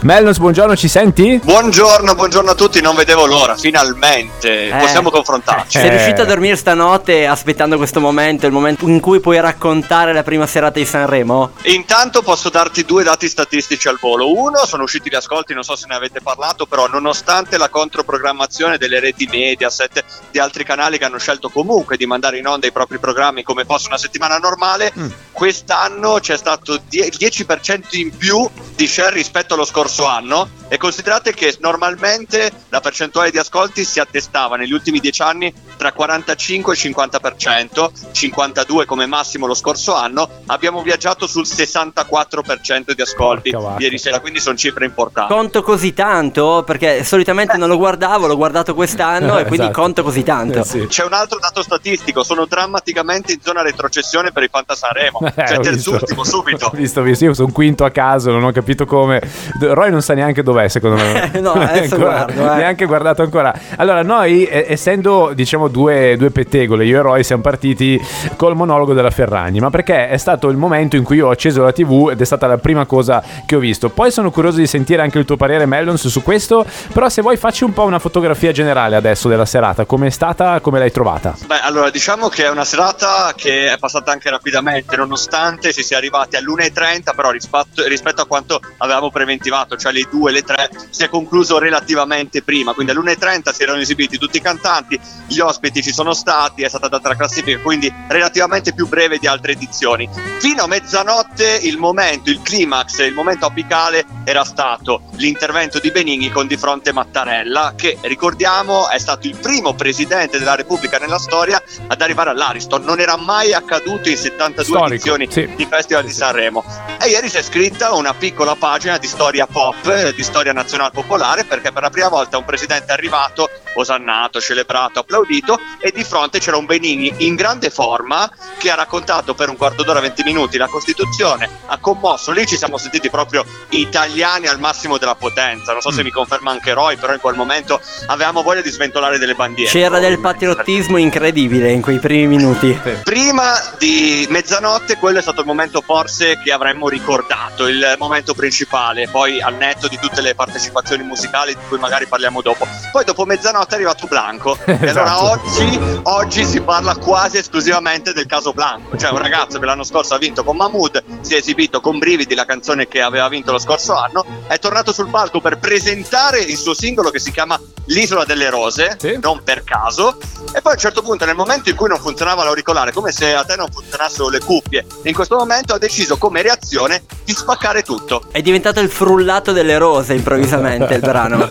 Melons, buongiorno, ci senti? Buongiorno a tutti, non vedevo l'ora, finalmente possiamo confrontarci. Sei riuscito a dormire stanotte aspettando questo momento, il momento in cui puoi raccontare la prima serata di Sanremo? Intanto posso darti due dati statistici al volo. Uno, sono usciti gli ascolti, non so se ne avete parlato, però nonostante la controprogrammazione delle reti Mediaset, di altri canali che hanno scelto comunque di mandare in onda i propri programmi come fosse una settimana normale, quest'anno c'è stato 10% in più di share rispetto allo scorso anno, e considerate che normalmente la percentuale di ascolti si attestava negli ultimi 10 anni tra 45 e 50%, 52 come massimo lo scorso anno. Abbiamo viaggiato sul 64% di ascolti ieri sera, quindi sono cifre importanti. Conto così tanto? Perché solitamente non lo guardavo, l'ho guardato quest'anno e quindi conto così tanto. Sì. C'è un altro dato statistico, sono drammaticamente in zona retrocessione per il Fantasanremo, cioè terzultimo subito. Ho visto, io sono quinto a caso, non ho capito come. Roy non sa neanche dov'è, secondo me. No, adesso guardo. Neanche guardato ancora. Allora, noi, essendo diciamo due pettegole, io e Roy siamo partiti col monologo della Ferragni, ma perché è stato il momento in cui io ho acceso la TV ed è stata la prima cosa che ho visto. Poi sono curioso di sentire anche il tuo parere, Melons, su questo, però se vuoi facci un po' una fotografia generale adesso della serata, com'è stata, come l'hai trovata? Beh, allora diciamo che è una serata che è passata anche rapidamente, nonostante si sia arrivati all'1:30, però rispetto a quanto avevamo preventivato, cioè le 2, le 3, si è concluso relativamente prima, quindi all'1:30 si erano esibiti tutti i cantanti, gli ospiti ci sono stati, è stata data la classifica, quindi relativamente più breve di altre edizioni. Fino a mezzanotte il momento, il climax, il momento apicale era stato l'intervento di Benigni con di fronte Mattarella, che ricordiamo è stato il primo presidente della Repubblica nella storia ad arrivare all'Ariston. Non era mai accaduto in 72 edizioni di Festival di Sanremo, e ieri si è scritta una piccola pagina di storia pop, di storia nazionale popolare, perché per la prima volta un presidente è arrivato, osannato, celebrato, applaudito, e di fronte c'era un Benigni in grande forma che ha raccontato per un quarto d'ora, 20 minuti la Costituzione, ha commosso. Lì ci siamo sentiti proprio italiani al massimo della potenza. Non so se mi conferma anche Roy, però in quel momento avevamo voglia di sventolare delle bandiere. C'era del patriottismo incredibile in quei primi minuti. Prima di mezzanotte quello è stato il momento forse che avremmo ricordato, il momento principale, poi al netto di tutte le partecipazioni musicali di cui magari parliamo dopo. Poi dopo mezzanotte è arrivato Blanco e allora oggi si parla quasi esclusivamente del caso Blanco, cioè un ragazzo che l'anno scorso ha vinto con Mahmood, si è esibito con Brividi, la canzone che aveva vinto lo scorso anno, è tornato sul palco per presentare il suo singolo che si chiama L'Isola delle Rose, non per caso, e poi a un certo punto, nel momento in cui non funzionava l'auricolare, come se a te non funzionassero le cuffie, in questo momento ha deciso come reazione di spaccare tutto. È diventato il frullato delle rose improvvisamente il brano.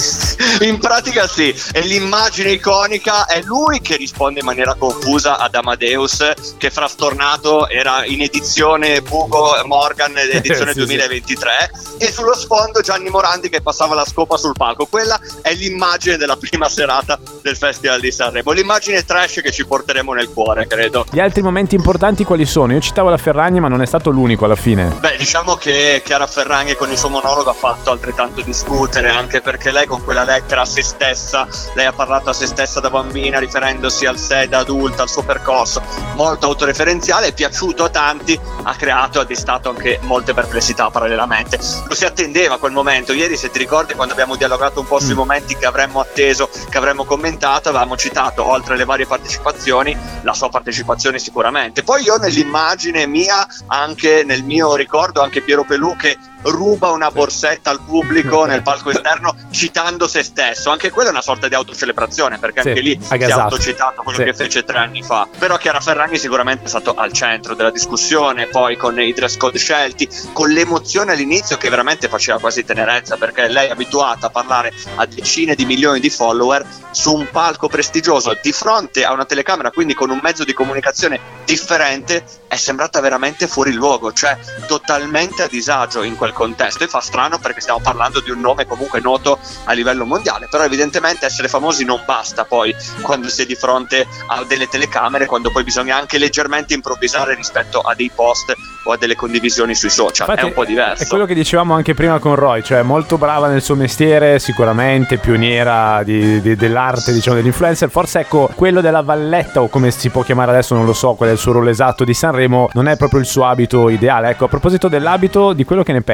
In pratica sì, e l'immagine iconica è lui che risponde in maniera confusa ad Amadeus, che frastornato era in edizione Bugo Morgan edizione 2023, e sullo sfondo Gianni Morandi che passava la scopa sul palco. Quella è l'immagine della prima serata del Festival di Sanremo, l'immagine trash che ci porteremo nel cuore, credo. Gli altri momenti importanti quali sono? Io citavo la Ferragni, ma non è stato l'unico alla fine. Beh, diciamo che Chiara Ferragni con il suo monologo ha fatto altrettanto discutere, anche perché lei con quella lettera a se stessa, lei ha parlato a se stessa da bambina riferendosi al sé da adulta, al suo percorso molto autoreferenziale, è piaciuto a tanti, ha destato anche molte perplessità parallelamente. Lo si attendeva quel momento. Ieri, se ti ricordi, quando abbiamo dialogato un po' sui momenti che avremmo atteso, che avremmo commentato, avevamo citato, oltre alle varie partecipazioni, la sua partecipazione sicuramente. Poi io nell'immagine mia, anche nel mio ricordo, anche Piero Pelù che ruba una borsetta al pubblico nel palco esterno citando se stesso, anche quella è una sorta di autocelebrazione, perché anche lì si è autocitato quello che fece 3 anni fa. Però Chiara Ferragni sicuramente è stato al centro della discussione, poi con i dress code scelti, con l'emozione all'inizio che veramente faceva quasi tenerezza, perché lei è abituata a parlare a decine di milioni di follower su un palco prestigioso di fronte a una telecamera, quindi con un mezzo di comunicazione differente, è sembrata veramente fuori luogo, cioè totalmente a disagio in quel contesto, e fa strano perché stiamo parlando di un nome comunque noto a livello mondiale. Però evidentemente essere famosi non basta poi quando si è di fronte a delle telecamere, quando poi bisogna anche leggermente improvvisare rispetto a dei post o a delle condivisioni sui social. Infatti, è un po' diverso. È quello che dicevamo anche prima con Roy, cioè molto brava nel suo mestiere, sicuramente pioniera dell'arte, diciamo, dell'influencer. Forse ecco, quello della valletta, o come si può chiamare adesso, non lo so, qual è il suo ruolo esatto di Sanremo, non è proprio il suo abito ideale. Ecco, a proposito dell'abito, di quello che ne pensi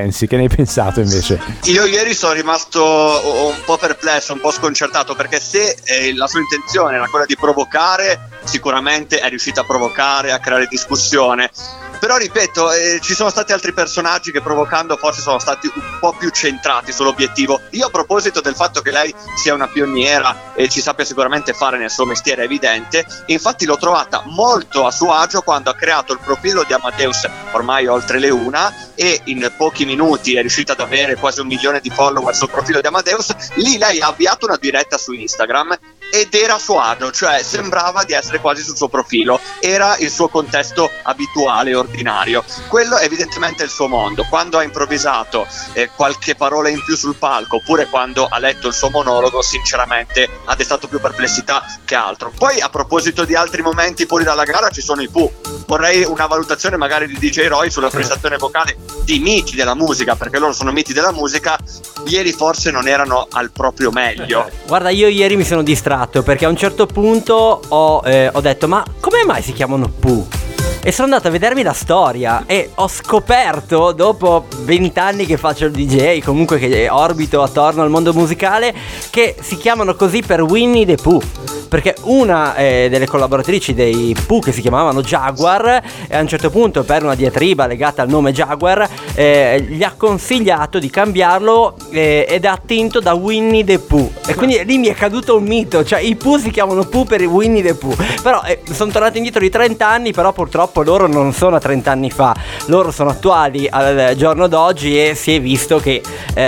pensi? Che ne hai pensato invece? Io ieri sono rimasto un po' perplesso, un po' sconcertato, perché se la sua intenzione era quella di provocare, sicuramente è riuscita a provocare, a creare discussione. Però ripeto, ci sono stati altri personaggi che provocando forse sono stati un po' più centrati sull'obiettivo. Io, a proposito del fatto che lei sia una pioniera e ci sappia sicuramente fare nel suo mestiere, è evidente, infatti l'ho trovata molto a suo agio quando ha creato il profilo di Amadeus ormai oltre le 1 e in pochi minuti è riuscita ad avere quasi 1 milione di follower sul profilo di Amadeus. Lì lei ha avviato una diretta su Instagram ed era a suo agio, cioè sembrava di essere quasi sul suo profilo, era il suo contesto abituale, ordinario. Quello è evidentemente il suo mondo. Quando ha improvvisato qualche parola in più sul palco, oppure quando ha letto il suo monologo, sinceramente ha destato più perplessità che altro. Poi, a proposito di altri momenti fuori dalla gara, ci sono i Pooh. Vorrei una valutazione magari di DJ Roy sulla prestazione vocale di miti della musica, perché loro sono miti della musica. Ieri forse non erano al proprio meglio. Guarda, io ieri mi sono distratto perché a un certo punto ho detto: ma come mai si chiamano Pooh? E sono andato a vedermi la storia e ho scoperto, dopo 20 anni che faccio il DJ, comunque che orbito attorno al mondo musicale, che si chiamano così per Winnie the Pooh. Perché una delle collaboratrici dei Pooh, che si chiamavano Jaguar, e a un certo punto, per una diatriba legata al nome Jaguar, gli ha consigliato di cambiarlo ed è attinto da Winnie the Pooh. E quindi lì mi è caduto un mito, cioè i Pooh si chiamano Pooh per Winnie the Pooh. Però sono tornati indietro di 30 anni, però purtroppo loro non sono a 30 anni fa, loro sono attuali al giorno d'oggi e si è visto che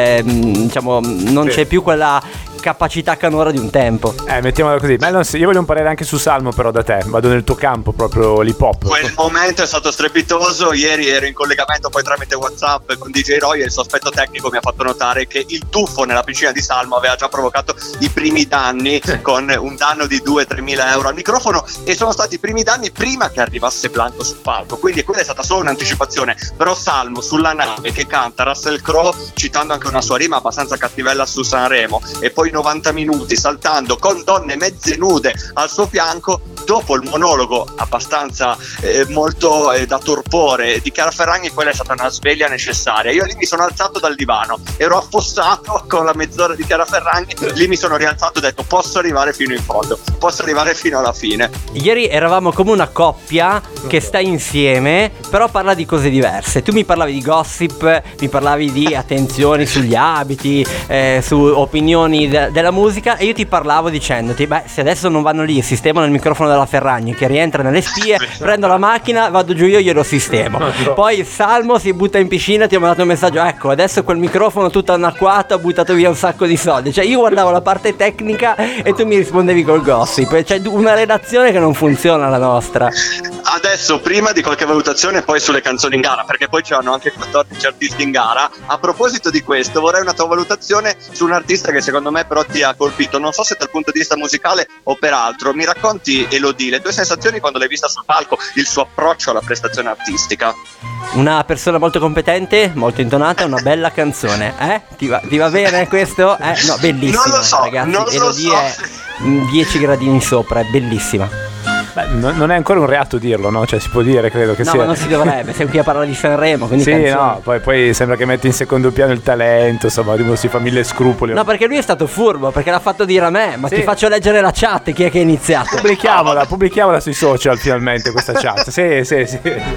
diciamo non c'è più quella capacità canora di un tempo. Mettiamola così. Melons, io voglio un parere anche su Salmo, però da te vado nel tuo campo, proprio l'hip hop. Quel momento è stato strepitoso. Ieri ero in collegamento poi tramite WhatsApp con DJ Roy e il sospetto tecnico mi ha fatto notare che il tuffo nella piscina di Salmo aveva già provocato i primi danni, con un danno di 2-3 mila euro al microfono, e sono stati i primi danni prima che arrivasse Blanco sul palco, quindi quella è stata solo un'anticipazione. Però Salmo sulla nave che canta Russell Crowe, citando anche una sua rima abbastanza cattivella su Sanremo, e poi 90 minuti saltando con donne mezze nude al suo fianco, dopo il monologo abbastanza molto da torpore di Chiara Ferragni, quella è stata una sveglia necessaria. Io lì mi sono alzato dal divano, ero affossato con la mezz'ora di Chiara Ferragni, lì mi sono rialzato e ho detto: posso arrivare fino in fondo, posso arrivare fino alla fine. Ieri eravamo come una coppia che sta insieme, però parla di cose diverse. Tu mi parlavi di gossip, mi parlavi di attenzioni sugli abiti, su opinioni della musica, e io ti parlavo dicendoti: beh, se adesso non vanno lì e sistemano il microfono della Ferragni che rientra nelle spie, prendo la macchina, vado giù io e glielo sistemo. Poi Salmo si butta in piscina, ti ho mandato un messaggio: ecco, adesso quel microfono tutto anacquato, ho buttato via un sacco di soldi. Cioè io guardavo la parte tecnica e tu mi rispondevi col gossip. C'è una relazione che non funziona, la nostra. Adesso, prima di qualche valutazione poi sulle canzoni in gara, perché poi c'erano anche 14 artisti in gara, a proposito di questo vorrei una tua valutazione su un artista che secondo me però ti ha colpito, non so se dal punto di vista musicale o per altro. Mi racconti, Elodie, le tue sensazioni quando l'hai vista sul palco, il suo approccio alla prestazione artistica? Una persona molto competente, molto intonata, una bella canzone. Ti va bene questo? No, bellissima. Non lo so, ragazzi. non lo Elodie so. È 10 gradini sopra, è bellissima. Beh, non è ancora un reato dirlo, no? Cioè si può dire, credo che No, sia. ma non si dovrebbe, sei qui a parlare di Sanremo, quindi sì, canzoni. no, poi sembra che metti in secondo piano il talento, insomma, uno si fa 1000 scrupoli. No, perché lui è stato furbo, perché l'ha fatto dire a me, ma Sì. ti faccio leggere la chat, chi è che ha iniziato? Pubblichiamola sui social finalmente questa chat. Sì.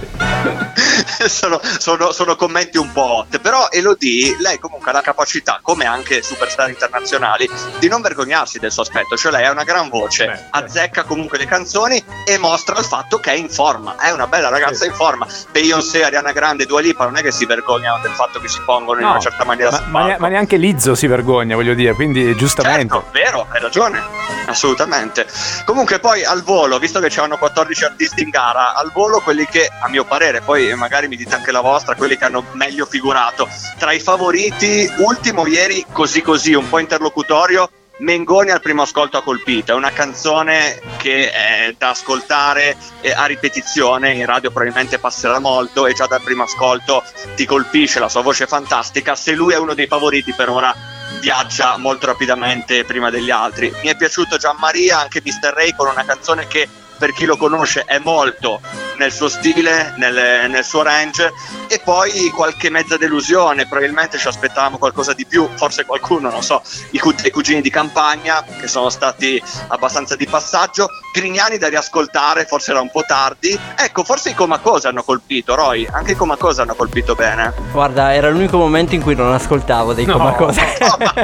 sono commenti un po' hot, però Elodie, lei comunque ha la capacità, come anche superstar internazionali, di non vergognarsi del suo aspetto, cioè lei ha una gran voce, azzecca comunque le canzoni e mostra il fatto che è in forma, è una bella ragazza in forma. Beyoncé, Ariana Grande, Dua Lipa non è che si vergognano del fatto che si pongono in una certa maniera sul palco. Ma neanche Lizzo si vergogna, voglio dire, quindi giustamente. Certo, vero, hai ragione, assolutamente. Comunque poi al volo, visto che c'erano 14 artisti in gara, al volo quelli che, a mio parere, poi magari mi dite anche la vostra, quelli che hanno meglio figurato, tra i favoriti, ultimo ieri così, un po' interlocutorio, Mengoni al primo ascolto ha colpito. È una canzone che è da ascoltare a ripetizione, in radio probabilmente passerà molto e già dal primo ascolto ti colpisce, la sua voce è fantastica. Se lui è uno dei favoriti, per ora viaggia molto rapidamente prima degli altri. Mi è piaciuto Gianmaria, anche Mr. Ray, con una canzone che per chi lo conosce è molto nel suo stile, nel suo range, e poi qualche mezza delusione, probabilmente ci aspettavamo qualcosa di più, forse qualcuno, non so, i cugini di campagna che sono stati abbastanza di passaggio, Grignani da riascoltare, forse era un po' tardi, ecco, forse i Comacose hanno colpito, Roy, anche i Comacose hanno colpito bene. Guarda, era l'unico momento in cui non ascoltavo dei Comacose.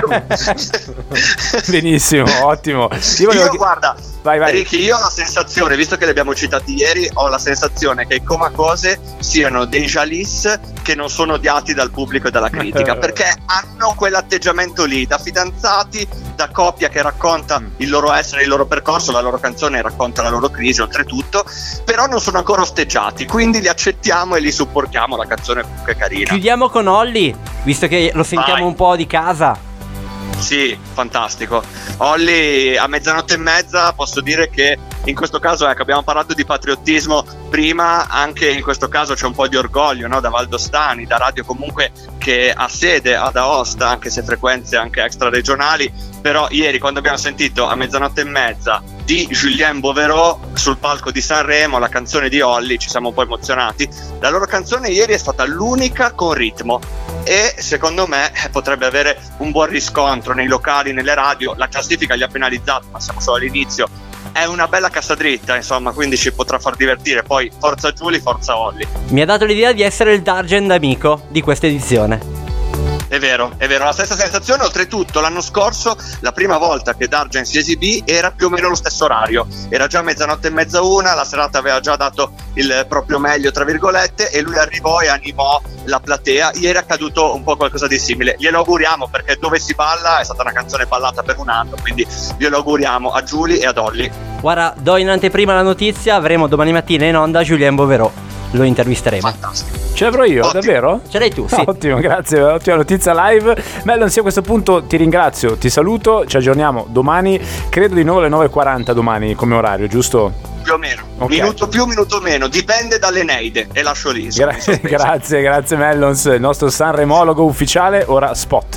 Benissimo, ottimo. Guarda, vai. Ricky, io ho la sensazione, visto che li abbiamo citati ieri, ho la sensazione che i Comacose siano dei Jalis che non sono odiati dal pubblico e dalla critica, perché hanno quell'atteggiamento lì, da fidanzati, da coppia che racconta il loro essere, il loro percorso, la loro canzone racconta la loro crisi oltretutto, però non sono ancora osteggiati, quindi li accettiamo e li supportiamo, la canzone è comunque carina. Chiudiamo con Olly, visto che lo sentiamo un po' di casa. Sì, fantastico. Olly a mezzanotte e mezza, posso dire che in questo caso, ecco, abbiamo parlato di patriottismo prima, anche in questo caso c'è un po' di orgoglio, no? Da Valdostani, da radio comunque che ha sede ad Aosta, anche se frequenze anche extraregionali, però ieri quando abbiamo sentito a mezzanotte e mezza di Julien Bouvereau sul palco di Sanremo la canzone di Olly, ci siamo un po' emozionati. La loro canzone ieri è stata l'unica con ritmo e secondo me potrebbe avere un buon riscontro nei locali, nelle radio. La classifica li ha penalizzato, ma siamo solo all'inizio. È una bella cassa dritta, insomma, quindi ci potrà far divertire. Poi forza Giulia, forza Olly. Mi ha dato l'idea di essere il Dargen amico di questa edizione. È vero, la stessa sensazione. Oltretutto l'anno scorso la prima volta che Dargen si esibì era più o meno lo stesso orario, era già mezzanotte e mezza, una, la serata aveva già dato il proprio meglio tra virgolette e lui arrivò e animò la platea. Ieri è accaduto un po' qualcosa di simile, glielo auguriamo, perché Dove si balla è stata una canzone ballata per un anno, quindi glielo auguriamo a Giulia e ad Olly. Guarda, do in anteprima la notizia, avremo domani mattina in onda Julien Bouvereau, lo intervisteremo. Fantastico. Ce l'avrò io, ottimo. Davvero? Ce l'hai tu, sì. Ottimo, grazie, ottima notizia live. Mellon, sì, a questo punto ti ringrazio, ti saluto, ci aggiorniamo domani, credo di nuovo alle 9:40 domani come orario, giusto? Più o meno, okay. Minuto più, minuto meno, dipende dall'Eneide e lascio lì. Grazie Mellons, il nostro sanremologo ufficiale, ora spot.